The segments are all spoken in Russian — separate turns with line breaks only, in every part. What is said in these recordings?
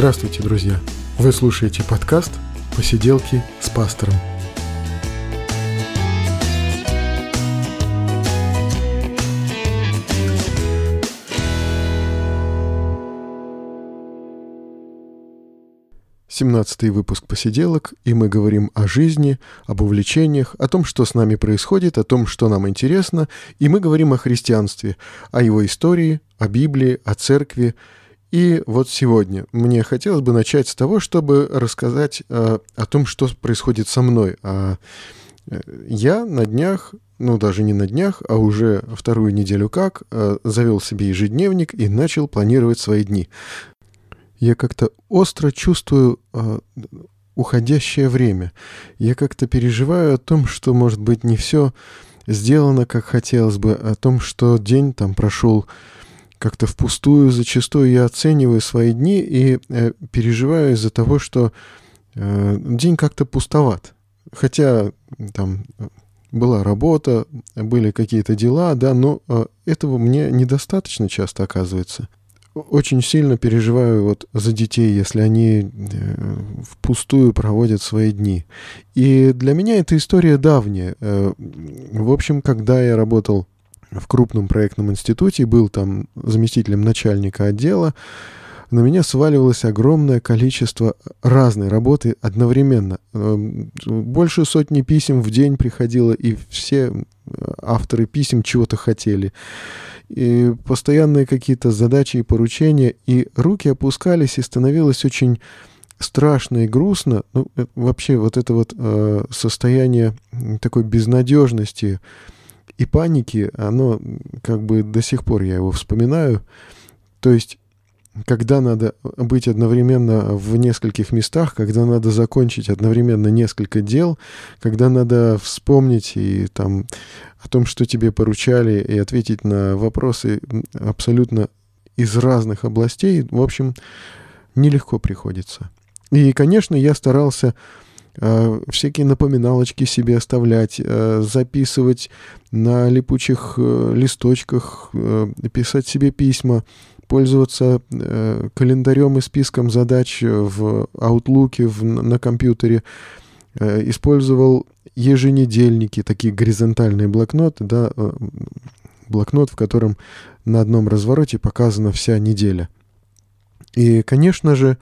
Здравствуйте, друзья! Вы слушаете подкаст «Посиделки с пастором». Семнадцатый выпуск «Посиделок», и мы говорим о жизни, об увлечениях, о том, что с нами происходит, о том, что нам интересно, и мы говорим о христианстве, о его истории, о Библии, о церкви. И вот сегодня мне хотелось бы начать с того, чтобы рассказать о том, что происходит со мной. Я на днях, даже не на днях, а уже вторую неделю как, завел себе ежедневник и начал планировать свои дни. Я как-то остро чувствую уходящее время. Я как-то переживаю о том, что, может быть, не все сделано, как хотелось бы, о том, что день там прошел как-то впустую. Зачастую я оцениваю свои дни и переживаю из-за того, что день как-то пустоват. Хотя там была работа, были какие-то дела, да, но этого мне недостаточно часто оказывается. Очень сильно переживаю за детей, если они впустую проводят свои дни. И для меня эта история давняя. В общем, когда я работал в крупном проектном институте, был там заместителем начальника отдела, на меня сваливалось огромное количество разной работы одновременно. Больше сотни писем в день приходило, и все авторы писем чего-то хотели. И постоянные какие-то задачи и поручения, и руки опускались, и становилось очень страшно и грустно. Вообще это состояние такой безнадежности и паники, оно до сих пор я его вспоминаю. То есть, когда надо быть одновременно в нескольких местах, когда надо закончить одновременно несколько дел, когда надо вспомнить о том, что тебе поручали, и ответить на вопросы абсолютно из разных областей, в общем, нелегко приходится. И, конечно, я старался всякие напоминалочки себе оставлять, записывать на липучих листочках, писать себе письма, пользоваться календарем и списком задач в Outlook на компьютере, использовал еженедельники, такие горизонтальные блокноты, да, блокнот, в котором на одном развороте показана вся неделя. И, конечно же,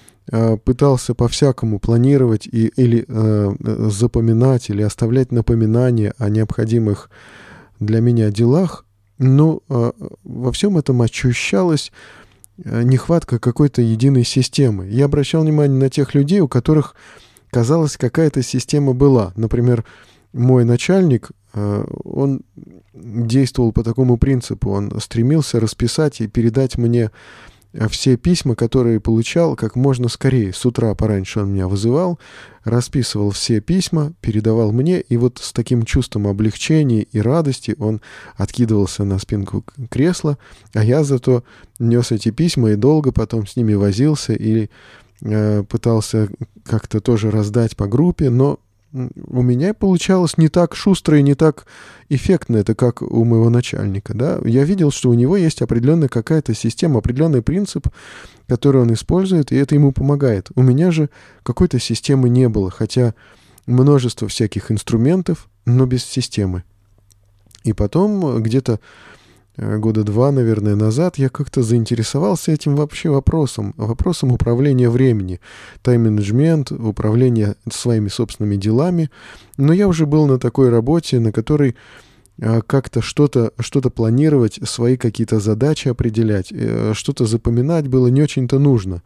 пытался по-всякому планировать или запоминать, или оставлять напоминания о необходимых для меня делах, но во всем этом ощущалась нехватка какой-то единой системы. Я обращал внимание на тех людей, у которых, казалось, какая-то система была. Например, мой начальник, он действовал по такому принципу, он стремился расписать и передать мне все письма, которые получал, как можно скорее. С утра пораньше он меня вызывал, расписывал все письма, передавал мне, и с таким чувством облегчения и радости он откидывался на спинку кресла, а я зато нес эти письма и долго потом с ними возился или пытался как-то тоже раздать по группе, но у меня получалось не так шустро и не так эффектно это, как у моего начальника. Да? Я видел, что у него есть определенная какая-то система, определенный принцип, который он использует, и это ему помогает. У меня же какой-то системы не было, хотя множество всяких инструментов, но без системы. И потом, где-то года 2, наверное, назад, я как-то заинтересовался этим вообще вопросом управления времени, тайм-менеджмент, управления своими собственными делами. Но я уже был на такой работе, на которой как-то что-то планировать, свои какие-то задачи определять, что-то запоминать было не очень-то нужно.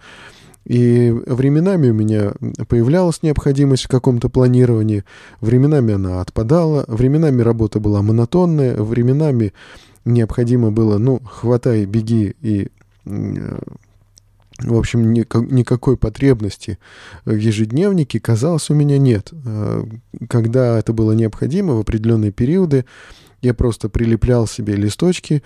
И временами у меня появлялась необходимость в каком-то планировании, временами она отпадала, временами работа была монотонная, временами необходимо было, хватай, беги, и, в общем, никакой потребности в ежедневнике, казалось, у меня нет. Когда это было необходимо в определенные периоды, я просто прилеплял себе листочки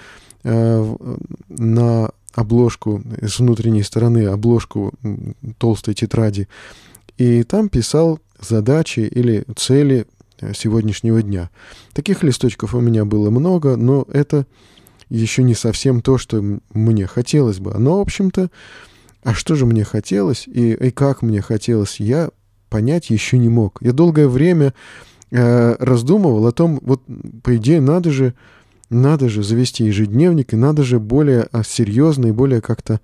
на обложку, с внутренней стороны обложку толстой тетради, и там писал задачи или цели сегодняшнего дня. Таких листочков у меня было много, но это еще не совсем то, что мне хотелось бы. Но, в общем-то, А что же мне хотелось и как мне хотелось, я понять еще не мог. Я долгое время раздумывал о том, вот, по идее, надо же завести ежедневник, и надо же более серьезно и более как-то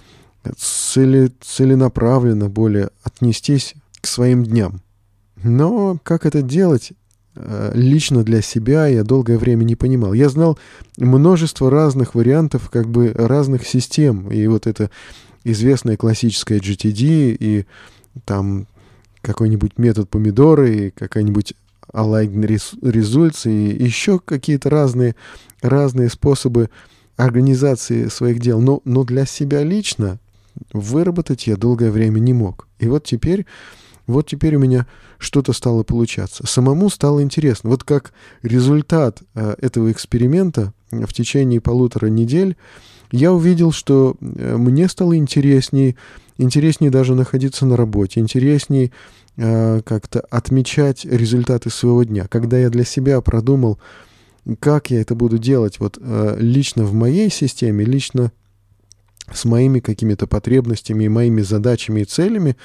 целенаправленно более отнестись к своим дням. Но как это делать лично для себя я долгое время не понимал. Я знал множество разных вариантов, как бы разных систем. И вот это известная классическая GTD, и там какой-нибудь метод помидора, и какая-нибудь aligned results, и еще какие-то разные способы организации своих дел. Но для себя лично выработать я долгое время не мог. И вот теперь у меня что-то стало получаться. Самому стало интересно. Вот как результат этого эксперимента в течение 1,5 недель я увидел, что мне стало интереснее даже находиться на работе, интереснее как-то отмечать результаты своего дня. Когда я для себя продумал, как я это буду делать вот лично в моей системе, лично с моими какими-то потребностями и моими задачами и целями,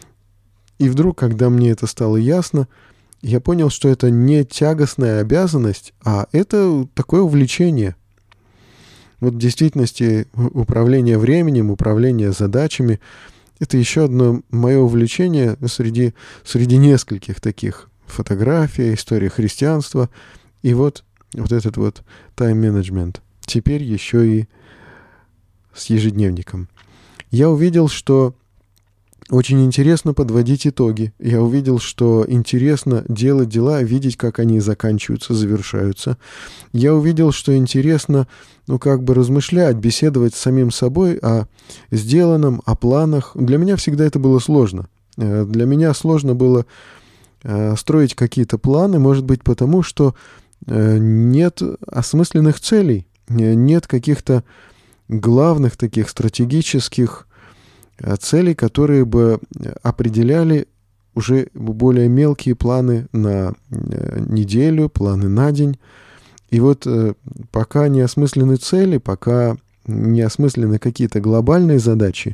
и вдруг, когда мне это стало ясно, я понял, что это не тягостная обязанность, а это такое увлечение. Вот в действительности управление временем, управление задачами — это еще одно мое увлечение среди нескольких таких: фотография, история христианства и вот этот вот тайм-менеджмент. Теперь еще и с ежедневником. Я увидел, что очень интересно подводить итоги. Я увидел, что интересно делать дела, видеть, как они заканчиваются, завершаются. Я увидел, что интересно, как бы размышлять, беседовать с самим собой о сделанном, о планах. Для меня всегда это было сложно. Для меня сложно было строить какие-то планы, может быть, потому что нет осмысленных целей, нет каких-то главных таких стратегических целей, которые бы определяли уже более мелкие планы на неделю, планы на день. И вот пока не осмыслены цели, пока не осмыслены какие-то глобальные задачи,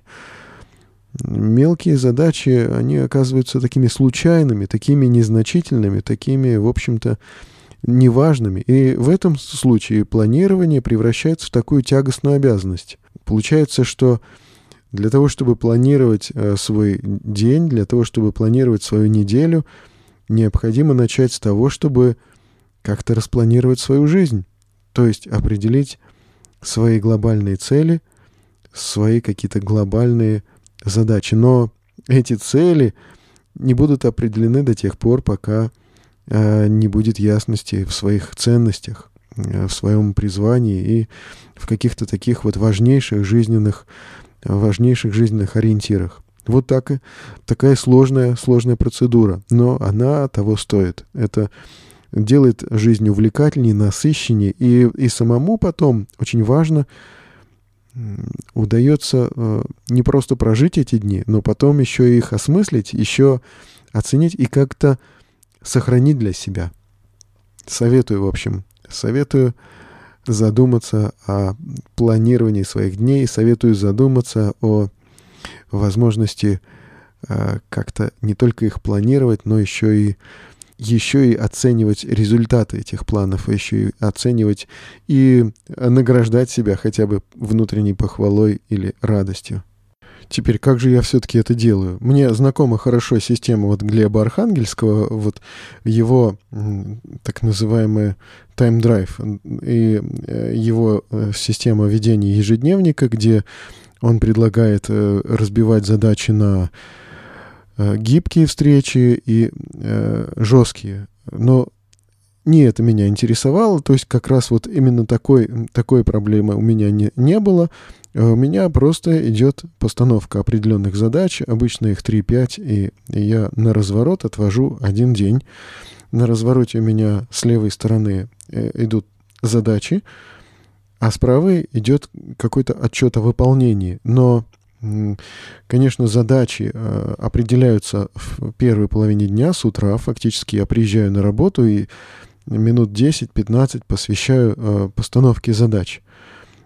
мелкие задачи, они оказываются такими случайными, такими незначительными, такими, в общем-то, неважными. И в этом случае планирование превращается в такую тягостную обязанность. Получается, что для того, чтобы планировать свой день, для того, чтобы планировать свою неделю, необходимо начать с того, чтобы как-то распланировать свою жизнь. То есть определить свои глобальные цели, свои какие-то глобальные задачи. Но эти цели не будут определены до тех пор, пока не будет ясности в своих ценностях, в своем призвании и в каких-то таких вот важнейших жизненных ориентирах. Вот такая сложная процедура, но она того стоит. Это делает жизнь увлекательнее, насыщеннее, и самому потом очень важно удается не просто прожить эти дни, но потом еще их осмыслить, еще оценить и как-то сохранить для себя. Советую задуматься о планировании своих дней, советую задуматься о возможности как-то не только их планировать, но еще и оценивать результаты этих планов, еще и оценивать и награждать себя хотя бы внутренней похвалой или радостью. Теперь, как же я все-таки это делаю? Мне знакома хорошо система вот Глеба Архангельского, вот его так называемый Time Drive и его система ведения ежедневника, где он предлагает разбивать задачи на гибкие встречи и жесткие. Но не это меня интересовало, то есть как раз вот именно такой проблемы у меня не было. У меня просто идет постановка определенных задач, обычно их 3-5, и я на разворот отвожу 1 день. На развороте у меня с левой стороны идут задачи, а с правой идет какой-то отчет о выполнении. Но, конечно, задачи определяются в первой половине дня, с утра. Фактически я приезжаю на работу и минут 10-15 посвящаю постановке задач.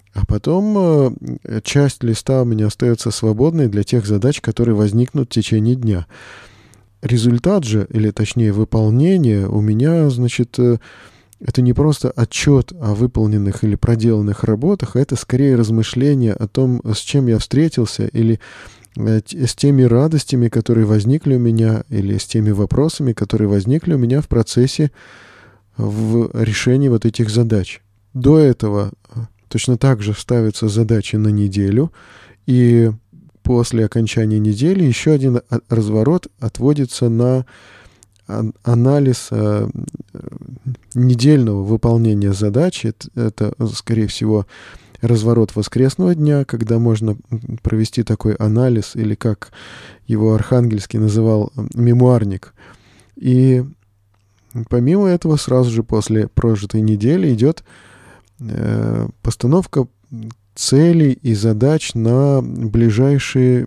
А потом часть листа у меня остается свободной для тех задач, которые возникнут в течение дня. Результат же, или точнее выполнение у меня, значит, это не просто отчет о выполненных или проделанных работах, а это скорее размышление о том, с чем я встретился, или с теми радостями, которые возникли у меня, или с теми вопросами, которые возникли у меня в процессе в решении вот этих задач. До этого точно так же ставятся задачи на неделю, и после окончания недели еще один разворот отводится на анализ недельного выполнения задачи. Это, скорее всего, разворот воскресного дня, когда можно провести такой анализ, или как его Архангельский называл, мемуарник. И помимо этого, сразу же после прожитой недели идет постановка целей и задач на ближайший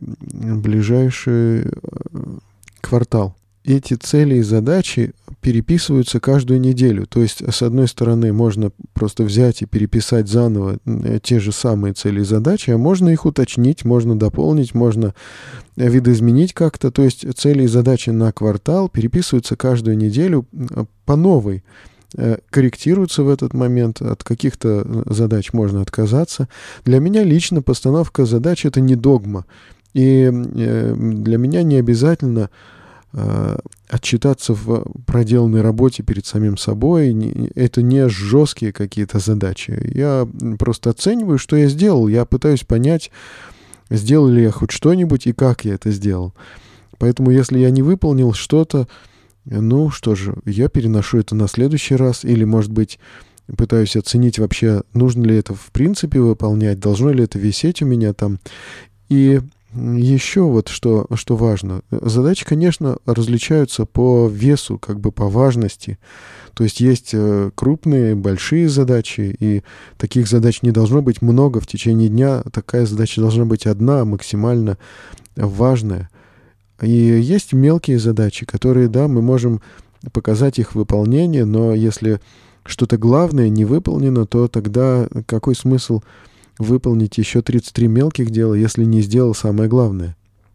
квартал. Эти цели и задачи переписываются каждую неделю. То есть, с одной стороны, можно просто взять и переписать заново те же самые цели и задачи, а можно их уточнить, можно дополнить, можно видоизменить как-то. То есть, цели и задачи на квартал переписываются каждую неделю по новой, корректируются в этот момент, от каких-то задач можно отказаться. Для меня лично постановка задач — это не догма. И для меня не обязательно отчитаться в проделанной работе перед самим собой. Это не жесткие какие-то задачи. Я просто оцениваю, что я сделал. Я пытаюсь понять, сделал ли я хоть что-нибудь и как я это сделал. Поэтому если я не выполнил что-то, ну что же, я переношу это на следующий раз, или, может быть, пытаюсь оценить вообще, нужно ли это в принципе выполнять, должно ли это висеть у меня там. И еще вот что важно. Задачи, конечно, различаются по весу, как бы по важности. То есть есть крупные, большие задачи, и таких задач не должно быть много в течение дня. Такая задача должна быть одна, максимально важная. И есть мелкие задачи, которые, да, мы можем показать их выполнение, но если что-то главное не выполнено, то тогда какой смысл выполнить еще 33 мелких дела, если не сделал самое главное?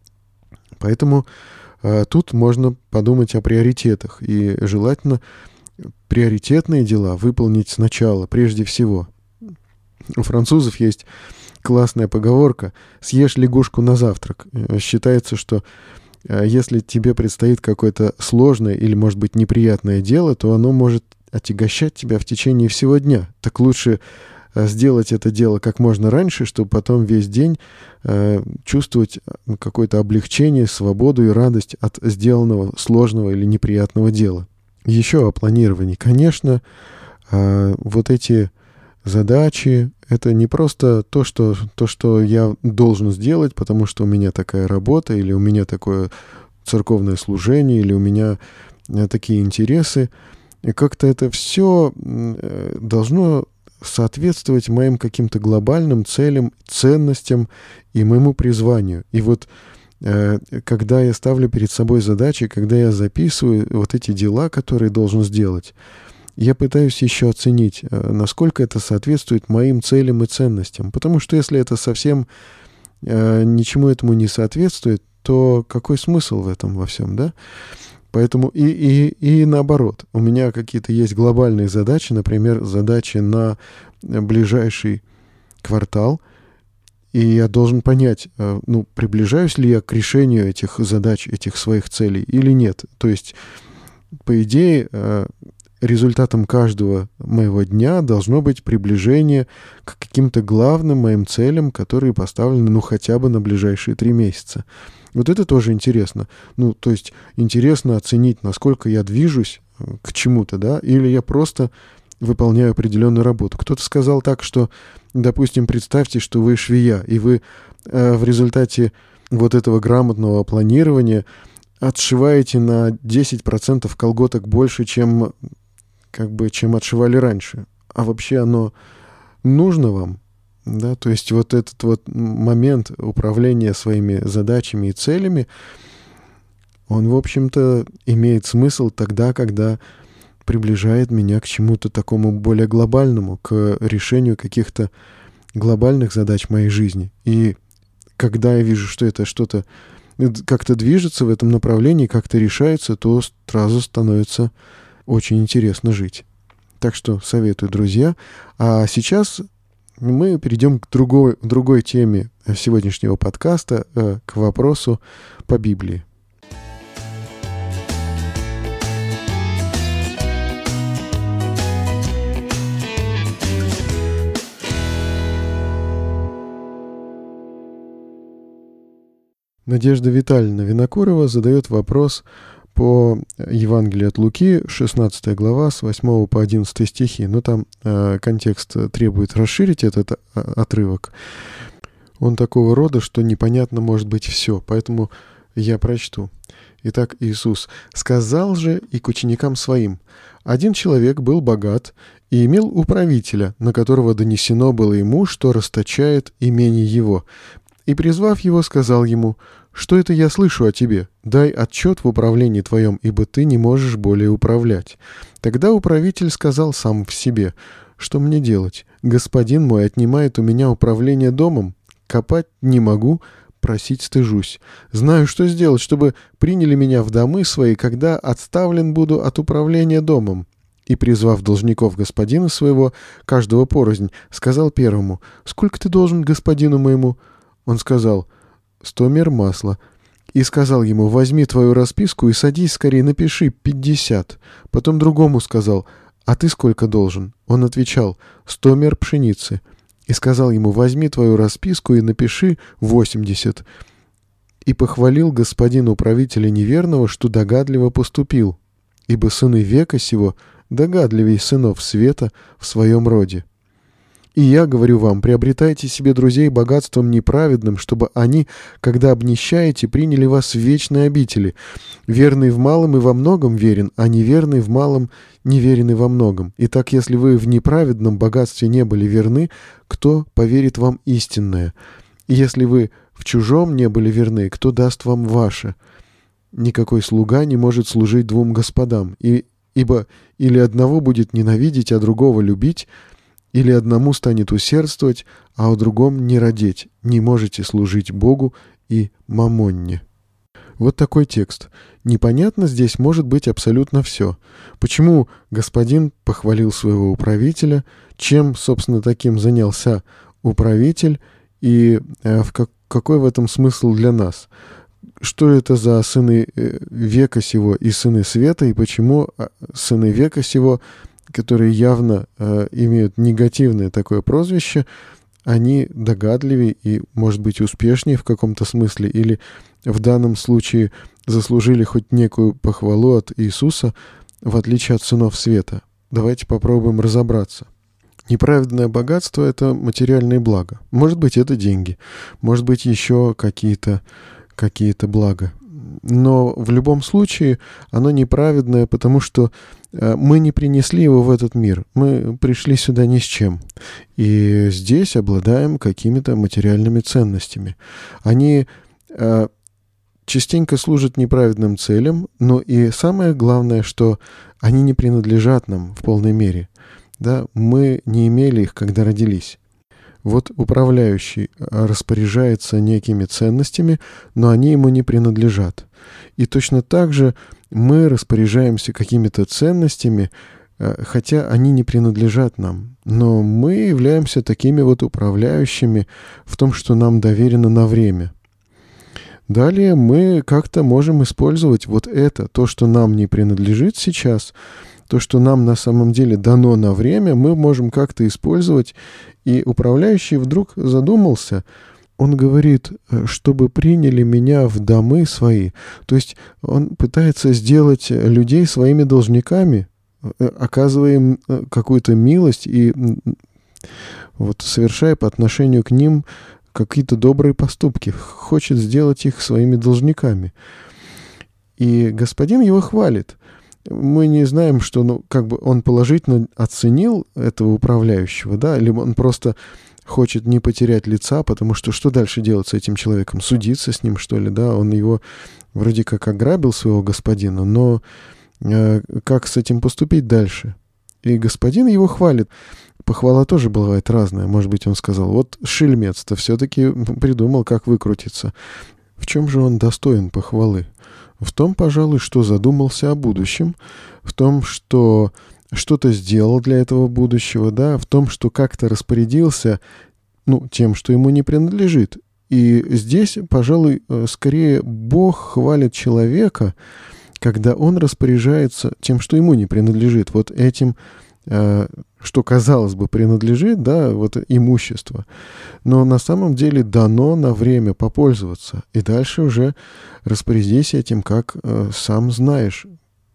Поэтому тут можно подумать о приоритетах, и желательно приоритетные дела выполнить сначала, прежде всего. У французов есть классная поговорка: «Съешь лягушку на завтрак». Считается, что если тебе предстоит какое-то сложное или, может быть, неприятное дело, то оно может отягощать тебя в течение всего дня. Так лучше сделать это дело как можно раньше, чтобы потом весь день чувствовать какое-то облегчение, свободу и радость от сделанного сложного или неприятного дела. Еще о планировании. Конечно, вот эти задачи — это не просто то, что я должен сделать, потому что у меня такая работа, или у меня такое церковное служение, или у меня такие интересы. И как-то это все должно соответствовать моим каким-то глобальным целям, ценностям и моему призванию. И вот когда я ставлю перед собой задачи, когда я записываю вот эти дела, которые должен сделать, я пытаюсь еще оценить, насколько это соответствует моим целям и ценностям. Потому что если это совсем ничему этому не соответствует, то какой смысл в этом во всем, да? Поэтому и наоборот. У меня какие-то есть глобальные задачи, например, задачи на ближайший квартал, и я должен понять, приближаюсь ли я к решению этих задач, этих своих целей или нет. То есть, по идее, результатом каждого моего дня должно быть приближение к каким-то главным моим целям, которые поставлены, хотя бы на ближайшие 3 месяца. Вот это тоже интересно. То есть интересно оценить, насколько я движусь к чему-то, да, или я просто выполняю определенную работу. Кто-то сказал так, что, допустим, представьте, что вы швея, и вы в результате вот этого грамотного планирования отшиваете на 10% колготок больше, чем отшивали раньше. А вообще оно нужно вам? Да? То есть вот этот вот момент управления своими задачами и целями, он, в общем-то, имеет смысл тогда, когда приближает меня к чему-то такому более глобальному, к решению каких-то глобальных задач моей жизни. И когда я вижу, что это что-то как-то движется в этом направлении, как-то решается, то сразу становится очень интересно жить. Так что советую, друзья. А сейчас мы перейдем к другой теме сегодняшнего подкаста, к вопросу по Библии. Надежда Витальевна Винокурова задает вопрос по Евангелию от Луки, 16 глава, с 8 по 11 стихи. Но там контекст требует расширить этот отрывок. Он такого рода, что непонятно может быть все, поэтому я прочту. Итак, Иисус сказал же и к ученикам своим: «Один человек был богат и имел управителя, на которого донесено было ему, что расточает имение его. И, призвав его, сказал ему: «Что это я слышу о тебе? Дай отчет в управлении твоем, ибо ты не можешь более управлять». Тогда управитель сказал сам в себе: «Что мне делать? Господин мой отнимает у меня управление домом. Копать не могу, просить стыжусь. Знаю, что сделать, чтобы приняли меня в домы свои, когда отставлен буду от управления домом». И, призвав должников господина своего, каждого порознь, сказал первому: «Сколько ты должен господину моему?» Он сказал: 100 мер масла. И сказал ему: «Возьми твою расписку и садись скорее, напиши 50. Потом другому сказал: «А ты сколько должен?» Он отвечал: 100 мер пшеницы. И сказал ему: «Возьми твою расписку и напиши 80. И похвалил господин управителя неверного, что догадливо поступил, ибо сыны века сего догадливей сынов света в своем роде. И я говорю вам, приобретайте себе друзей богатством неправедным, чтобы они, когда обнищаете, приняли вас в вечные обители. Верный в малом и во многом верен, а неверный в малом неверен и во многом. Итак, если вы в неправедном богатстве не были верны, кто поверит вам истинное? И если вы в чужом не были верны, кто даст вам ваше? Никакой слуга не может служить двум господам, ибо или одного будет ненавидеть, а другого любить, или одному станет усердствовать, а о другом не радеть. Не можете служить Богу и мамонне». Вот такой текст. Непонятно здесь может быть абсолютно все. Почему господин похвалил своего управителя, чем, собственно, таким занялся управитель, и какой в этом смысл для нас? Что это за сыны века сего и сыны света, и почему сыны века сего, которые явно имеют негативное такое прозвище, они догадливее и, может быть, успешнее в каком-то смысле, или в данном случае заслужили хоть некую похвалу от Иисуса, в отличие от сынов света. Давайте попробуем разобраться. Неправедное богатство — это материальные блага. Может быть, это деньги, может быть, еще какие-то блага. Но в любом случае оно неправедное, потому что мы не принесли его в этот мир. Мы пришли сюда ни с чем. И здесь обладаем какими-то материальными ценностями. Они частенько служат неправедным целям, но и самое главное, что они не принадлежат нам в полной мере. Да? Мы не имели их, когда родились. Вот управляющий распоряжается некими ценностями, но они ему не принадлежат. И точно так же мы распоряжаемся какими-то ценностями, хотя они не принадлежат нам. Но мы являемся такими вот управляющими в том, что нам доверено на время. Далее мы как-то можем использовать вот это, то, что нам не принадлежит сейчас, то, что нам на самом деле дано на время, мы можем как-то использовать. И управляющий вдруг задумался. Он говорит, чтобы приняли меня в домы свои. То есть он пытается сделать людей своими должниками, оказывая им какую-то милость и вот совершая по отношению к ним какие-то добрые поступки. Хочет сделать их своими должниками. И господин его хвалит. Мы не знаем, что он положительно оценил этого управляющего, да, либо он просто хочет не потерять лица, потому что дальше делать с этим человеком? Судиться с ним, что ли, да? Он его вроде как ограбил, своего господина, но как с этим поступить дальше? И господин его хвалит. Похвала тоже бывает разная. Может быть, он сказал, вот шельмец-то все-таки придумал, как выкрутиться. В чем же он достоин похвалы? В том, пожалуй, что задумался о будущем, в том, что что-то сделал для этого будущего, да, в том, что как-то распорядился, тем, что ему не принадлежит. И здесь, пожалуй, скорее Бог хвалит человека, когда он распоряжается тем, что ему не принадлежит, вот этим, что, казалось бы, принадлежит, да, вот имущество, но на самом деле дано на время попользоваться, и дальше уже распорядись этим, как сам знаешь.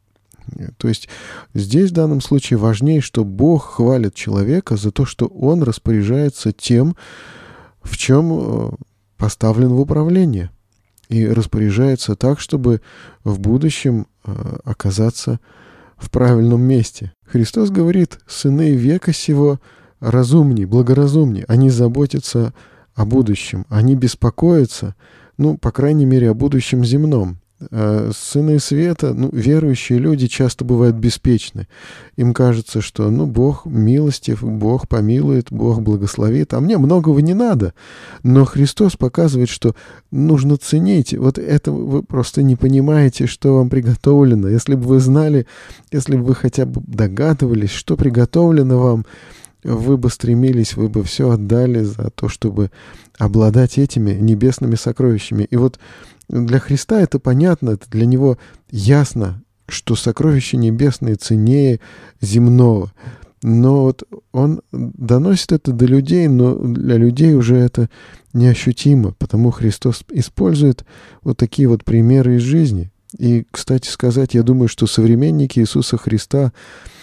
То есть здесь в данном случае важнее, что Бог хвалит человека за то, что он распоряжается тем, в чем поставлен в управление, и распоряжается так, чтобы в будущем оказаться в правильном месте. Христос говорит, сыны века сего разумней, благоразумней. Они заботятся о будущем, они беспокоятся, по крайней мере, о будущем земном. Сыны света, верующие люди часто бывают беспечны. Им кажется, что, Бог милостив, Бог помилует, Бог благословит, а мне многого не надо. Но Христос показывает, что нужно ценить. Вот это вы просто не понимаете, что вам приготовлено. Если бы вы знали, если бы вы хотя бы догадывались, что приготовлено вам, вы бы стремились, вы бы все отдали за то, чтобы обладать этими небесными сокровищами. И вот для Христа это понятно, это для Него ясно, что сокровища небесные ценнее земного. Но вот Он доносит это до людей, но для людей уже это неощутимо, потому Христос использует вот такие вот примеры из жизни. И, кстати сказать, я думаю, что современники Иисуса Христа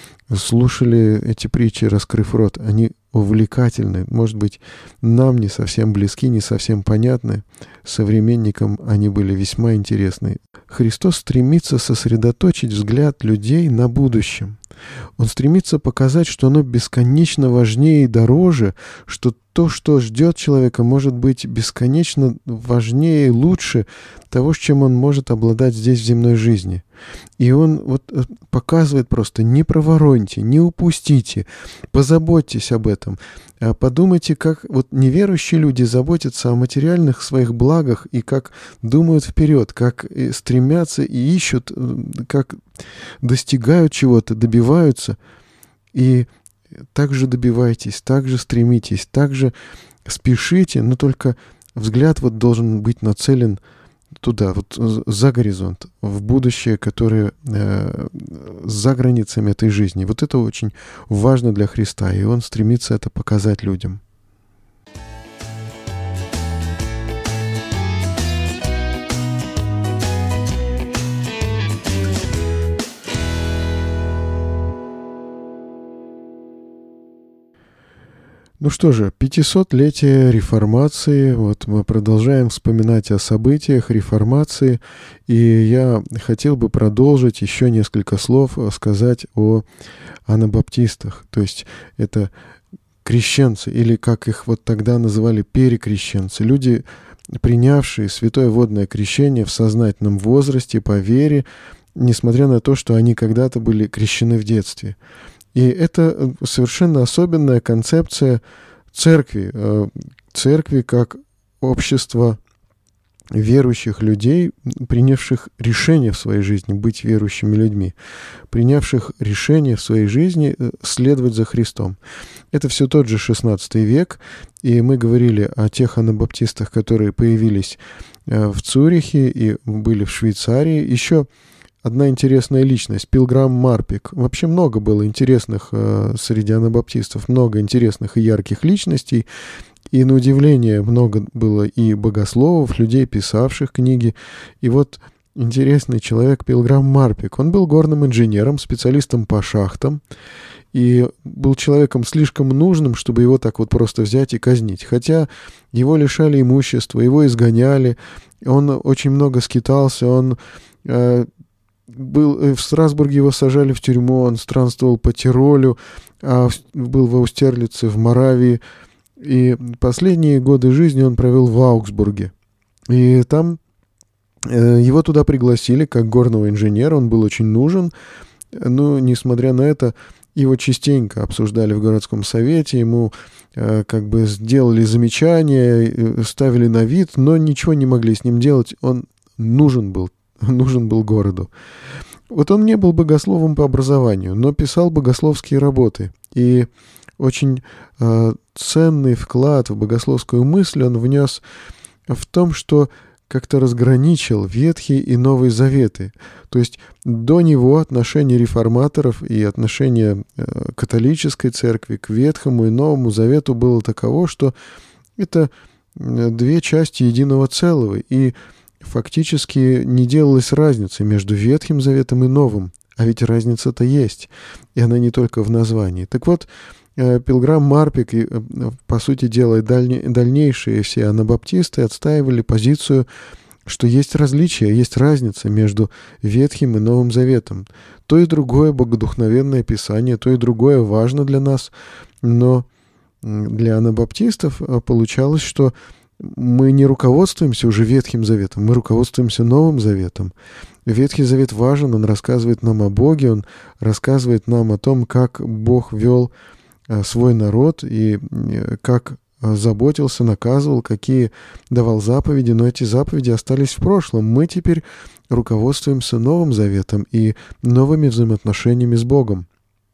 слушали эти притчи, раскрыв рот. Они увлекательны. Может быть, нам не совсем близки, не совсем понятны. Современникам они были весьма интересны. Христос стремится сосредоточить взгляд людей на будущем. Он стремится показать, что оно бесконечно важнее и дороже, что то, что ждет человека, может быть бесконечно важнее и лучше того, с чем он может обладать здесь в земной жизни. И он вот показывает просто: не провороньте, не упустите, позаботьтесь об этом. Подумайте, как вот неверующие люди заботятся о материальных своих благах и как думают вперед, как стремятся и ищут, как достигают чего-то, добиваются. И также добивайтесь, также стремитесь, также спешите, но только взгляд вот должен быть нацелен туда, вот за горизонт, в будущее, которое за границами этой жизни. Вот это очень важно для Христа, и Он стремится это показать людям. Ну что же, 500-летие реформации, вот мы продолжаем вспоминать о событиях реформации, и я хотел бы продолжить еще несколько слов сказать о анабаптистах, то есть это крещенцы, или как их вот тогда называли, перекрещенцы, люди, принявшие святое водное крещение в сознательном возрасте по вере, несмотря на то, что они когда-то были крещены в детстве. И это совершенно особенная концепция церкви. Церкви как общества верующих людей, принявших решение в своей жизни быть верующими людьми, принявших решение в своей жизни следовать за Христом. Это все тот же XVI век, и мы говорили о тех анабаптистах, которые появились в Цюрихе и были в Швейцарии. Еще одна интересная личность, Пилграм Марпик. Вообще много было интересных среди анабаптистов, много интересных и ярких личностей. И на удивление много было и богословов, людей, писавших книги. И вот интересный человек Пилграм Марпик. Он был горным инженером, специалистом по шахтам. И был человеком слишком нужным, чтобы его так вот просто взять и казнить. Хотя его лишали имущества, его изгоняли. Он очень много скитался, он был в Страсбурге, его сажали в тюрьму, он странствовал по Тиролю, был в Аустерлице, в Моравии, и последние годы жизни он провел в Аугсбурге. И там его туда пригласили как горного инженера, он был очень нужен, но, несмотря на это, Его частенько обсуждали в городском совете, ему как бы сделали замечания, ставили на вид, но ничего не могли с ним делать. Он нужен был городу. Вот он не был богословом по образованию, но писал богословские работы. И очень ценный вклад в богословскую мысль он внес в том, что как-то разграничил Ветхий и Новый Заветы. То есть до него отношение реформаторов и отношение католической церкви к Ветхому и Новому Завету было таково, что это две части единого целого, и фактически не делалась разницы между Ветхим Заветом и Новым. А ведь разница-то есть, и она не только в названии. Так вот, Пилграм Марпик и, по сути дела, дальнейшие все анабаптисты отстаивали позицию, что есть различия, есть разница между Ветхим и Новым Заветом. То и другое богодухновенное писание, то и другое важно для нас, но для анабаптистов получалось, что мы не руководствуемся уже Ветхим Заветом, мы руководствуемся Новым Заветом. Ветхий Завет важен, он рассказывает нам о Боге, он рассказывает нам о том, как Бог вел свой народ и как заботился, наказывал, какие давал заповеди, но эти заповеди остались в прошлом. Мы теперь руководствуемся Новым Заветом и новыми взаимоотношениями с Богом.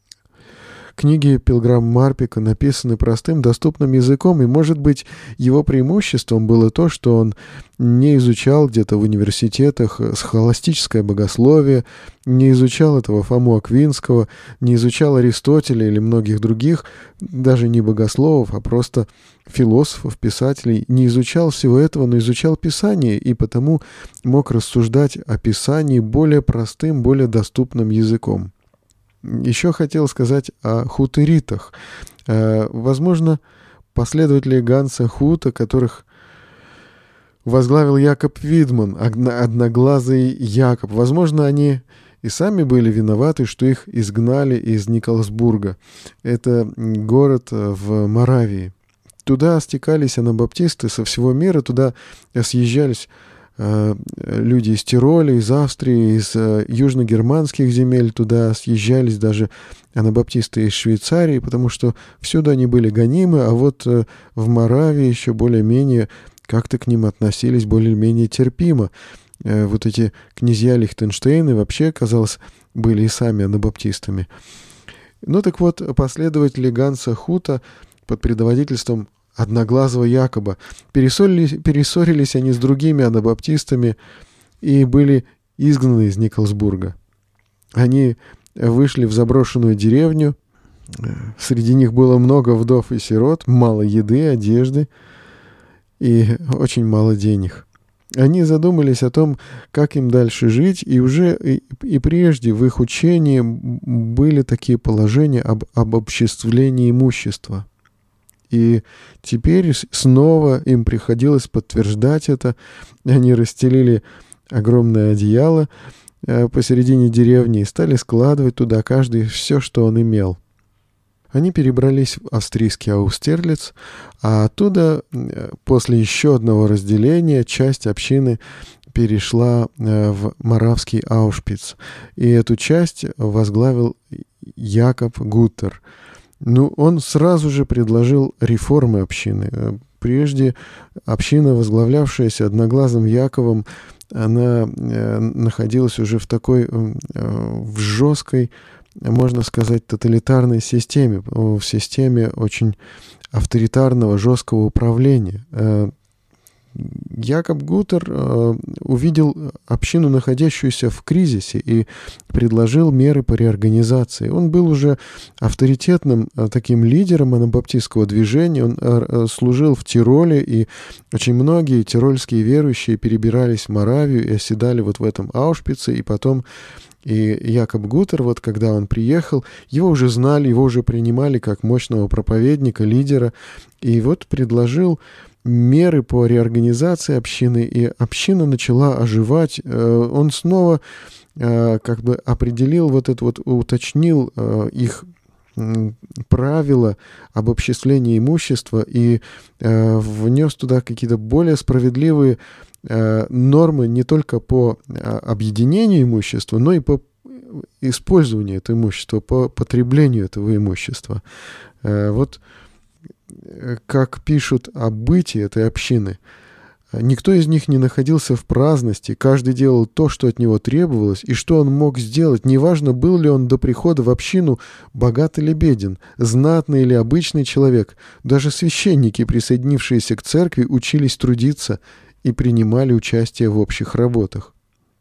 Книги Пилграма Марпика написаны простым, доступным языком, и, может быть, его преимуществом было то, что он не изучал где-то в университетах схоластическое богословие, не изучал этого Фому Аквинского, не изучал Аристотеля или многих других, даже не богословов, а просто философов, писателей, не изучал всего этого, но изучал Писание, и потому мог рассуждать о Писании более простым, более доступным языком. Еще хотел сказать о хутеритах. Возможно, последователи Ганса Хута, которых возглавил Якоб Видман, одноглазый Якоб, возможно, они и сами были виноваты, что их изгнали из Николсбурга. Это город в Моравии. Туда стекались анабаптисты со всего мира, туда съезжались люди из Тироля, из Австрии, из южногерманских земель, туда съезжались даже анабаптисты из Швейцарии, потому что всюду они были гонимы, а вот в Моравии еще более-менее как-то к ним относились более-менее терпимо. Вот эти князья Лихтенштейны вообще, казалось, были и сами анабаптистами. Ну так вот, последователи Ганса Хута под предводительством одноглазого Якоба перессорились они с другими анабаптистами и были изгнаны из Николсбурга. Они вышли в заброшенную деревню. Среди них было много вдов и сирот, мало еды, одежды и очень мало денег. Они задумались о том, как им дальше жить, и уже и прежде в их учении были такие положения об обобществлении имущества. И теперь снова им приходилось подтверждать это. Они расстелили огромное одеяло посередине деревни и стали складывать туда каждый все, что он имел. Они перебрались в австрийский Аустерлиц, а оттуда, после еще одного разделения, часть общины перешла в моравский Аушпиц. И эту часть возглавил Якоб Гутер. Он сразу же предложил реформы общины. Прежде община, возглавлявшаяся одноглазым Яковом, она находилась уже в такой, в жесткой, можно сказать, тоталитарной системе, в системе очень авторитарного, жесткого управления. Якоб Гутер увидел общину, находящуюся в кризисе, и предложил меры по реорганизации. Он был уже авторитетным таким лидером анабаптистского движения. Он служил в Тироле, и очень многие тирольские верующие перебирались в Моравию и оседали вот в этом Аушпице, и потом и Якоб Гутер, вот когда он приехал, его уже знали, его уже принимали как мощного проповедника, лидера, и вот предложил меры по реорганизации общины, и община начала оживать. Он снова как бы определил вот это вот, уточнил их правила об обобществлении имущества и внес туда какие-то более справедливые нормы не только по объединению имущества, но и по использованию этого имущества, по потреблению этого имущества. Вот как пишут о бытии этой общины, никто из них не находился в праздности, каждый делал то, что от него требовалось, и что он мог сделать. Неважно, был ли он до прихода в общину богат или беден, знатный или обычный человек. Даже священники, присоединившиеся к церкви, учились трудиться и принимали участие в общих работах.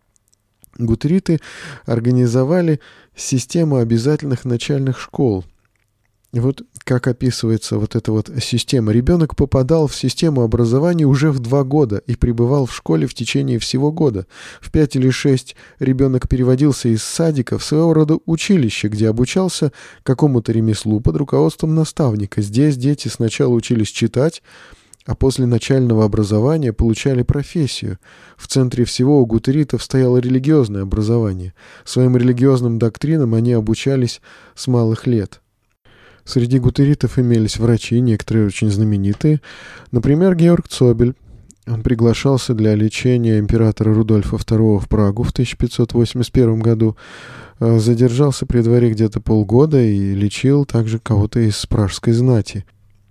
Гутериты организовали систему обязательных начальных школ. И вот как описывается вот эта вот система. Ребенок попадал в систему образования уже в 2 года и пребывал в школе в течение всего года. В 5 или 6 ребенок переводился из садика в своего рода училище, где обучался какому-то ремеслу под руководством наставника. Здесь дети сначала учились читать, а после начального образования получали профессию. В центре всего у гутеритов стояло религиозное образование. Своим религиозным доктринам они обучались с малых лет. Среди гутеритов имелись врачи, некоторые очень знаменитые. Например, Георг Цобель. Он приглашался для лечения императора Рудольфа II в Прагу в 1581 году. Задержался при дворе где-то полгода и лечил также кого-то из пражской знати.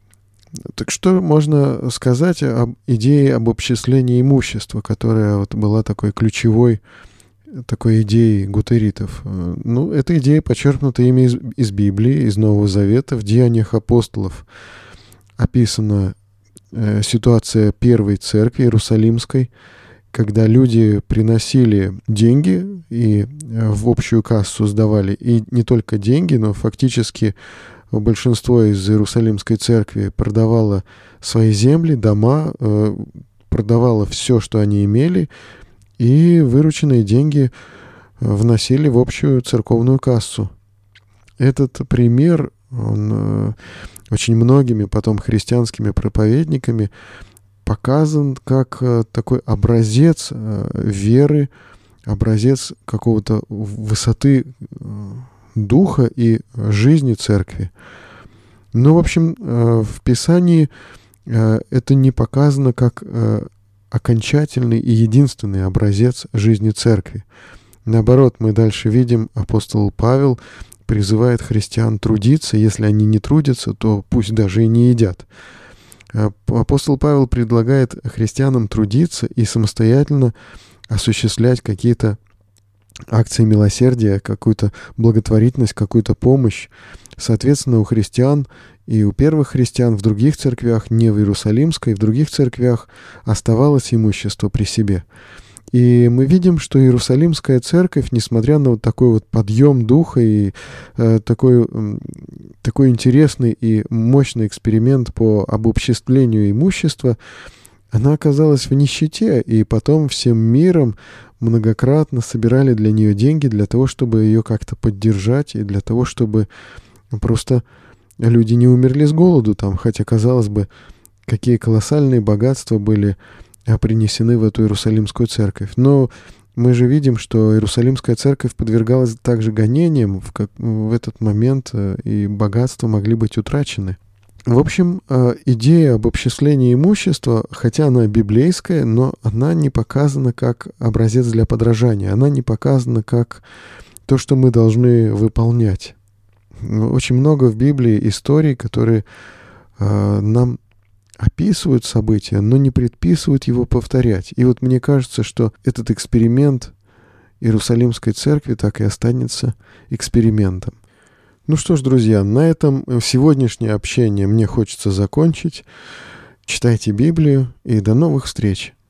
Так что можно сказать об идее об обчислении имущества, которая вот была такой ключевой такой идеей гутеритов? Ну, эта идея почерпнута ими из Библии, из Нового Завета. В Деяниях апостолов описана ситуация первой церкви Иерусалимской, когда люди приносили деньги и в общую кассу сдавали. И не только деньги, но фактически большинство из Иерусалимской церкви продавало свои земли, дома, продавало все, что они имели, и вырученные деньги вносили в общую церковную кассу. Этот пример, он очень многими потом христианскими проповедниками показан как такой образец веры, образец какого-то высоты духа и жизни церкви. Ну, в общем, в Писании это не показано как окончательный и единственный образец жизни церкви. Наоборот, мы дальше видим, апостол Павел призывает христиан трудиться. Если они не трудятся, то пусть даже и не едят. Апостол Павел предлагает христианам трудиться и самостоятельно осуществлять какие-то акции милосердия, какую-то благотворительность, какую-то помощь. Соответственно, у христиан и у первых христиан в других церквях, не в Иерусалимской, в других церквях оставалось имущество при себе. И мы видим, что Иерусалимская церковь, несмотря на вот такой вот подъем духа и такой интересный и мощный эксперимент по обобществлению имущества, она оказалась в нищете, и потом всем миром многократно собирали для нее деньги для того, чтобы ее как-то поддержать, и для того, чтобы просто люди не умерли с голоду там, хотя, казалось бы, какие колоссальные богатства были принесены в эту Иерусалимскую церковь. Но мы же видим, что Иерусалимская церковь подвергалась также гонениям в этот момент, и богатства могли быть утрачены. В общем, идея об обчислении имущества, хотя она библейская, но она не показана как образец для подражания. Она не показана как то, что мы должны выполнять. Очень много в Библии историй, которые нам описывают события, но не предписывают его повторять. И вот мне кажется, что этот эксперимент Иерусалимской церкви так и останется экспериментом. Ну что ж, друзья, на этом сегодняшнее общение мне хочется закончить. Читайте Библию и до новых встреч!